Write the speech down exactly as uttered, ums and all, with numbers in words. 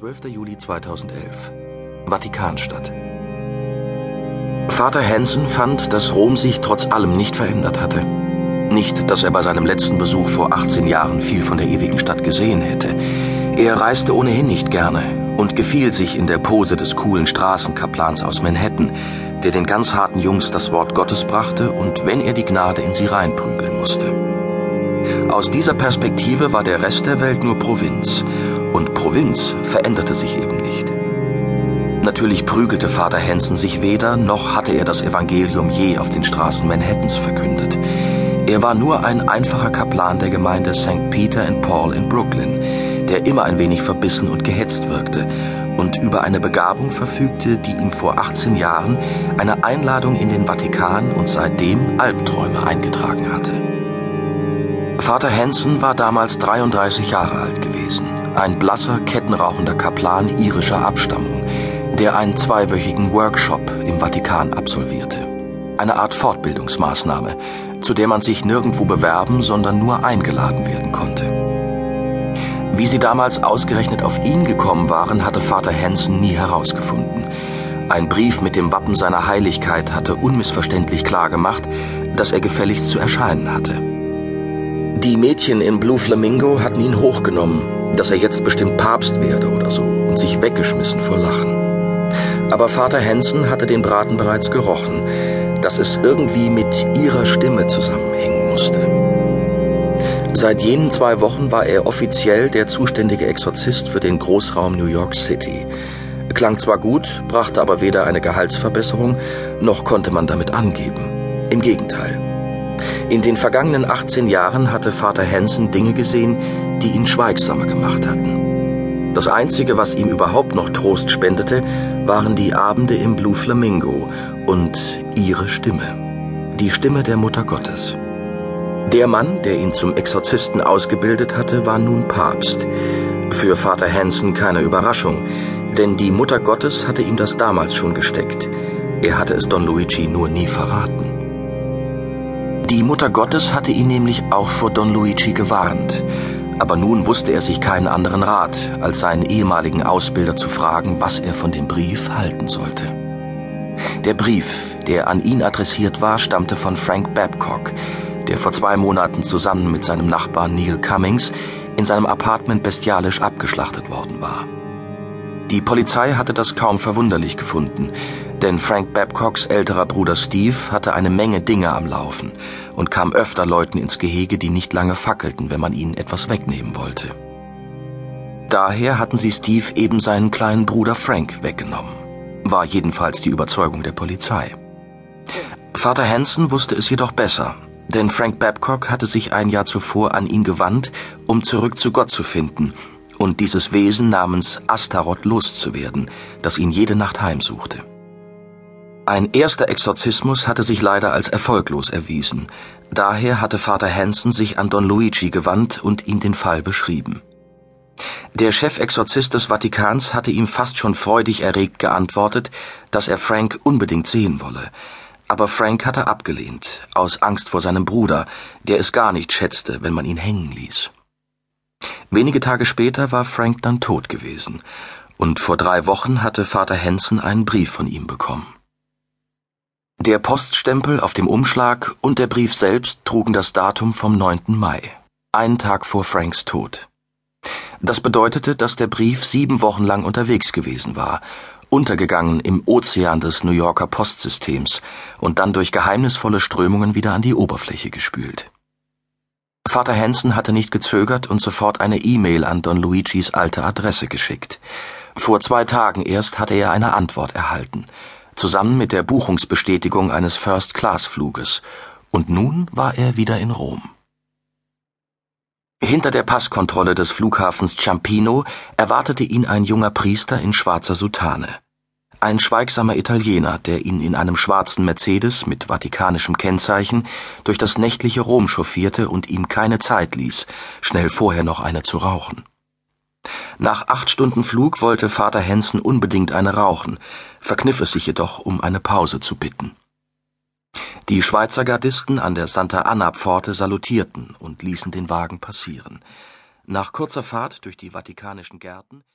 zwölfter Juli zweitausendelf. Vatikanstadt. Vater Hansen fand, dass Rom sich trotz allem nicht verändert hatte. Nicht, dass er bei seinem letzten Besuch vor achtzehn Jahren viel von der ewigen Stadt gesehen hätte. Er reiste ohnehin nicht gerne und gefiel sich in der Pose des coolen Straßenkaplans aus Manhattan, der den ganz harten Jungs das Wort Gottes brachte und, wenn er die Gnade, in sie reinprügeln musste. Aus dieser Perspektive war der Rest der Welt nur Provinz, und Provinz veränderte sich eben nicht. Natürlich prügelte Vater Hansen sich weder, noch hatte er das Evangelium je auf den Straßen Manhattans verkündet. Er war nur ein einfacher Kaplan der Gemeinde Sankt Peter and Paul in Brooklyn, der immer ein wenig verbissen und gehetzt wirkte und über eine Begabung verfügte, die ihm vor achtzehn Jahren eine Einladung in den Vatikan und seitdem Albträume eingetragen hatte. Vater Hansen war damals dreiunddreißig Jahre alt gewesen, ein blasser, kettenrauchender Kaplan irischer Abstammung, der einen zweiwöchigen Workshop im Vatikan absolvierte. Eine Art Fortbildungsmaßnahme, zu der man sich nirgendwo bewerben, sondern nur eingeladen werden konnte. Wie sie damals ausgerechnet auf ihn gekommen waren, hatte Vater Hansen nie herausgefunden. Ein Brief mit dem Wappen seiner Heiligkeit hatte unmissverständlich klargemacht, dass er gefälligst zu erscheinen hatte. Die Mädchen im Blue Flamingo hatten ihn hochgenommen, dass er jetzt bestimmt Papst werde oder so, und sich weggeschmissen vor Lachen. Aber Vater Hansen hatte den Braten bereits gerochen, dass es irgendwie mit ihrer Stimme zusammenhängen musste. Seit jenen zwei Wochen war er offiziell der zuständige Exorzist für den Großraum New York City. Klang zwar gut, brachte aber weder eine Gehaltsverbesserung, noch konnte man damit angeben. Im Gegenteil. In den vergangenen achtzehn Jahren hatte Vater Hansen Dinge gesehen, die ihn schweigsamer gemacht hatten. Das Einzige, was ihm überhaupt noch Trost spendete, waren die Abende im Blue Flamingo und ihre Stimme. Die Stimme der Mutter Gottes. Der Mann, der ihn zum Exorzisten ausgebildet hatte, war nun Papst. Für Vater Hansen keine Überraschung, denn die Mutter Gottes hatte ihm das damals schon gesteckt. Er hatte es Don Luigi nur nie verraten. Die Mutter Gottes hatte ihn nämlich auch vor Don Luigi gewarnt. Aber nun wusste er sich keinen anderen Rat, als seinen ehemaligen Ausbilder zu fragen, was er von dem Brief halten sollte. Der Brief, der an ihn adressiert war, stammte von Frank Babcock, der vor zwei Monaten zusammen mit seinem Nachbarn Neil Cummings in seinem Apartment bestialisch abgeschlachtet worden war. Die Polizei hatte das kaum verwunderlich gefunden, denn Frank Babcocks älterer Bruder Steve hatte eine Menge Dinge am Laufen und kam öfter Leuten ins Gehege, die nicht lange fackelten, wenn man ihnen etwas wegnehmen wollte. Daher hatten sie Steve eben seinen kleinen Bruder Frank weggenommen, war jedenfalls die Überzeugung der Polizei. Vater Hansen wusste es jedoch besser, denn Frank Babcock hatte sich ein Jahr zuvor an ihn gewandt, um zurück zu Gott zu finden und dieses Wesen namens Astaroth loszuwerden, das ihn jede Nacht heimsuchte. Ein erster Exorzismus hatte sich leider als erfolglos erwiesen. Daher hatte Vater Hansen sich an Don Luigi gewandt und ihm den Fall beschrieben. Der Chefexorzist des Vatikans hatte ihm fast schon freudig erregt geantwortet, dass er Frank unbedingt sehen wolle. Aber Frank hatte abgelehnt, aus Angst vor seinem Bruder, der es gar nicht schätzte, wenn man ihn hängen ließ. Wenige Tage später war Frank dann tot gewesen, und vor drei Wochen hatte Vater Hansen einen Brief von ihm bekommen. Der Poststempel auf dem Umschlag und der Brief selbst trugen das Datum vom neunten Mai, einen Tag vor Franks Tod. Das bedeutete, dass der Brief sieben Wochen lang unterwegs gewesen war, untergegangen im Ozean des New Yorker Postsystems und dann durch geheimnisvolle Strömungen wieder an die Oberfläche gespült. Vater Hansen hatte nicht gezögert und sofort eine E-Mail an Don Luigis alte Adresse geschickt. Vor zwei Tagen erst hatte er eine Antwort erhalten, zusammen mit der Buchungsbestätigung eines First-Class-Fluges, und nun war er wieder in Rom. Hinter der Passkontrolle des Flughafens Ciampino erwartete ihn ein junger Priester in schwarzer Soutane. Ein schweigsamer Italiener, der ihn in einem schwarzen Mercedes mit vatikanischem Kennzeichen durch das nächtliche Rom chauffierte und ihm keine Zeit ließ, schnell vorher noch eine zu rauchen. Nach acht Stunden Flug wollte Vater Hansen unbedingt eine rauchen, verkniff es sich jedoch, um eine Pause zu bitten. Die Schweizer Gardisten an der Santa Anna Pforte salutierten und ließen den Wagen passieren. Nach kurzer Fahrt durch die vatikanischen Gärten